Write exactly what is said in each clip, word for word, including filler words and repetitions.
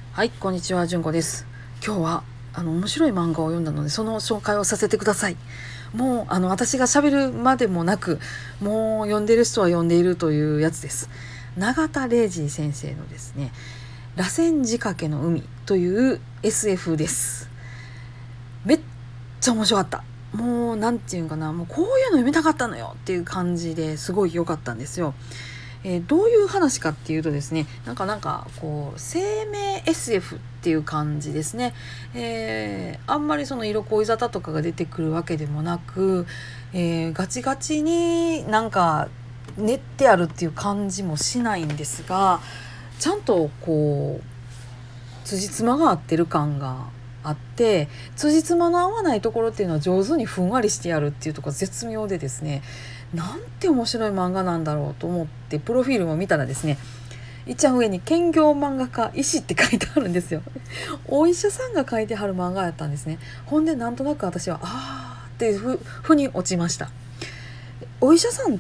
はい、こんにちは、じゅんこです。今日はあの面白い漫画を読んだので、その紹介をさせてください。もうあの私が喋るまでもなく、もう読んでる人は読んでいるというやつです。永田玲二先生のですね、螺旋仕掛けの海という エスエフ です。めっちゃ面白かった。もうなんていうかな、もうこういうの読みたかったのよっていう感じですごい良かったんですよ。えー、どういう話かっていうとですね、なんかなんかこう生命 エスエフ っていう感じですね。えー、あんまりその色恋沙汰とかが出てくるわけでもなく、えー、ガチガチになんか練ってあるっていう感じもしないんですが、ちゃんとこう辻褄が合ってる感があって、辻褄の合わないところっていうのは上手にふんわりしてやるっていうところが絶妙でですね、なんて面白い漫画なんだろうと思ってプロフィールも見たらですね、一番上に兼業漫画家医師って書いてあるんですよ。お医者さんが書いてはる漫画やったんですね。ほんでなんとなく私はあーってふふに落ちました。お医者さんって、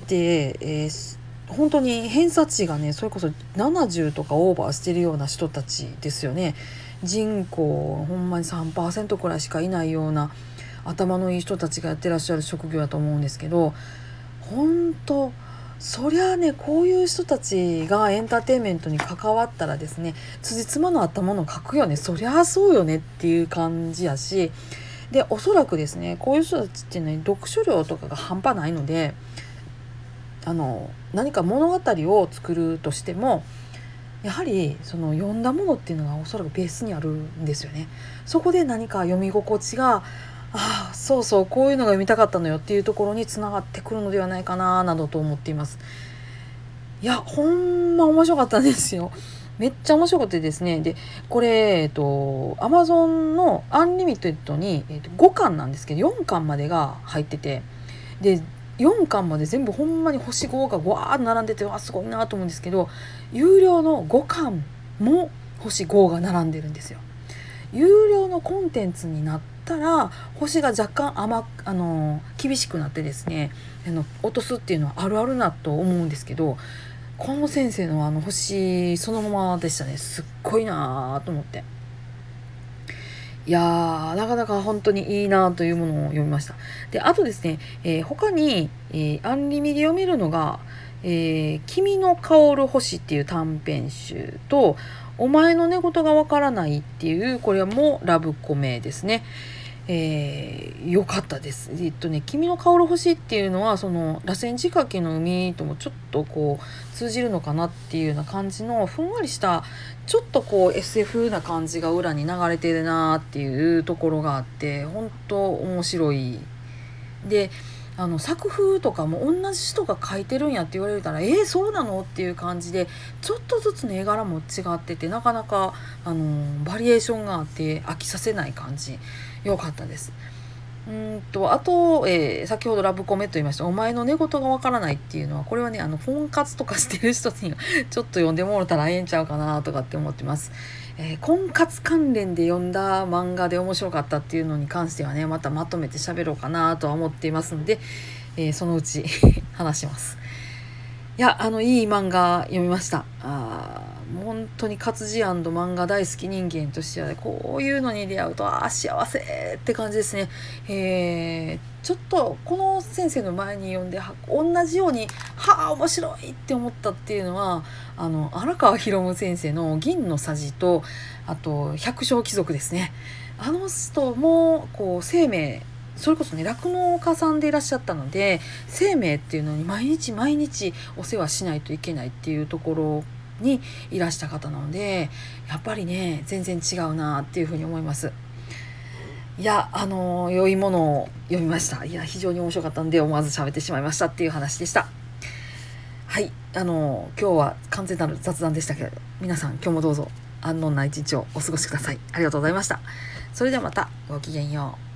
えー、本当に偏差値がね、それこそななじゅうとかオーバーしてるような人たちですよね。人口ほんまに さんパーセント くらいしかいないような頭のいい人たちがやってらっしゃる職業だと思うんですけど、本当そりゃあね、こういう人たちがエンターテインメントに関わったらですね、辻褄の合ったものを書くよね、そりゃあそうよねっていう感じやし、でおそらくですね、こういう人たちってね、読書量とかが半端ないので、あの何か物語を作るとしてもやはりその読んだものっていうのがおそらくベースにあるんですよね。そこで何か読み心地が、ああそうそうこういうのが読みたかったのよっていうところにつながってくるのではないかななどと思っています。いやほんま面白かったんですよ。めっちゃ面白くてですね、でこれえっと Amazon のアンリミテッドに、えっと、ごかんなんですけどよんかんまでが入ってて、でよんかんまで全部ほんまに星ごがわー並んでて、わすごいなと思うんですけど、有料のごかんも星ごが並んでるんですよ。有料のコンテンツになったら星が若干甘あの厳しくなってですね、あの落とすっていうのはあるあるなと思うんですけど、この先生のあの星そのままでしたね。すっごいなと思って、いやーなかなか本当にいいなというものを読みました。であとですね、えー他に、えーアンリミで読めるのが、えー君の香る星っていう短編集と、お前の寝言がわからないっていう、これはもうラブコメですね。えー、よかったです。えっとね、君の香る星っていうのはその螺旋仕掛けの海ともちょっとこう通じるのかなっていうような感じのふんわりしたちょっとこう エスエフ な感じが裏に流れてるなっていうところがあって、本当面白い。であの作風とかも同じ人が書いてるんやって言われたら、えー、そうなのっていう感じで、ちょっとずつね絵柄も違ってて、なかなかあのバリエーションがあって飽きさせない感じ、良かったです。うんとあと、えー先ほどラブコメと言いましたお前の寝言がわからないっていうのは、これはねあの婚活とかしてる人にはちょっと読んでもらったらええんちゃうかなとかって思ってます。えー婚活関連で読んだ漫画で面白かったっていうのに関してはね、またまとめて喋ろうかなとは思っていますので、えーそのうち話します。いやあのいい漫画読みました。あ本当に活字漫画大好き人間としては、ね、こういうのに出会うとあ幸せって感じですね。えー、ちょっとこの先生の前に読んで同じようにはあ面白いって思ったっていうのは、あの荒川博先生の銀のさじと、あと百姓貴族ですね。あの人もこう生命、それこそね酪農家さんでいらっしゃったので、生命っていうのに毎日毎日お世話しないといけないっていうところにいらした方なので、やっぱりね全然違うなっていうふうに思います。いやあの良いものを読みました。いや非常に面白かったんで思わず喋ってしまいましたっていう話でした。はい、あの今日は完全なる雑談でしたけれど、皆さん今日もどうぞ安穏な一日をお過ごしください。ありがとうございました。それではまたごきげんよう。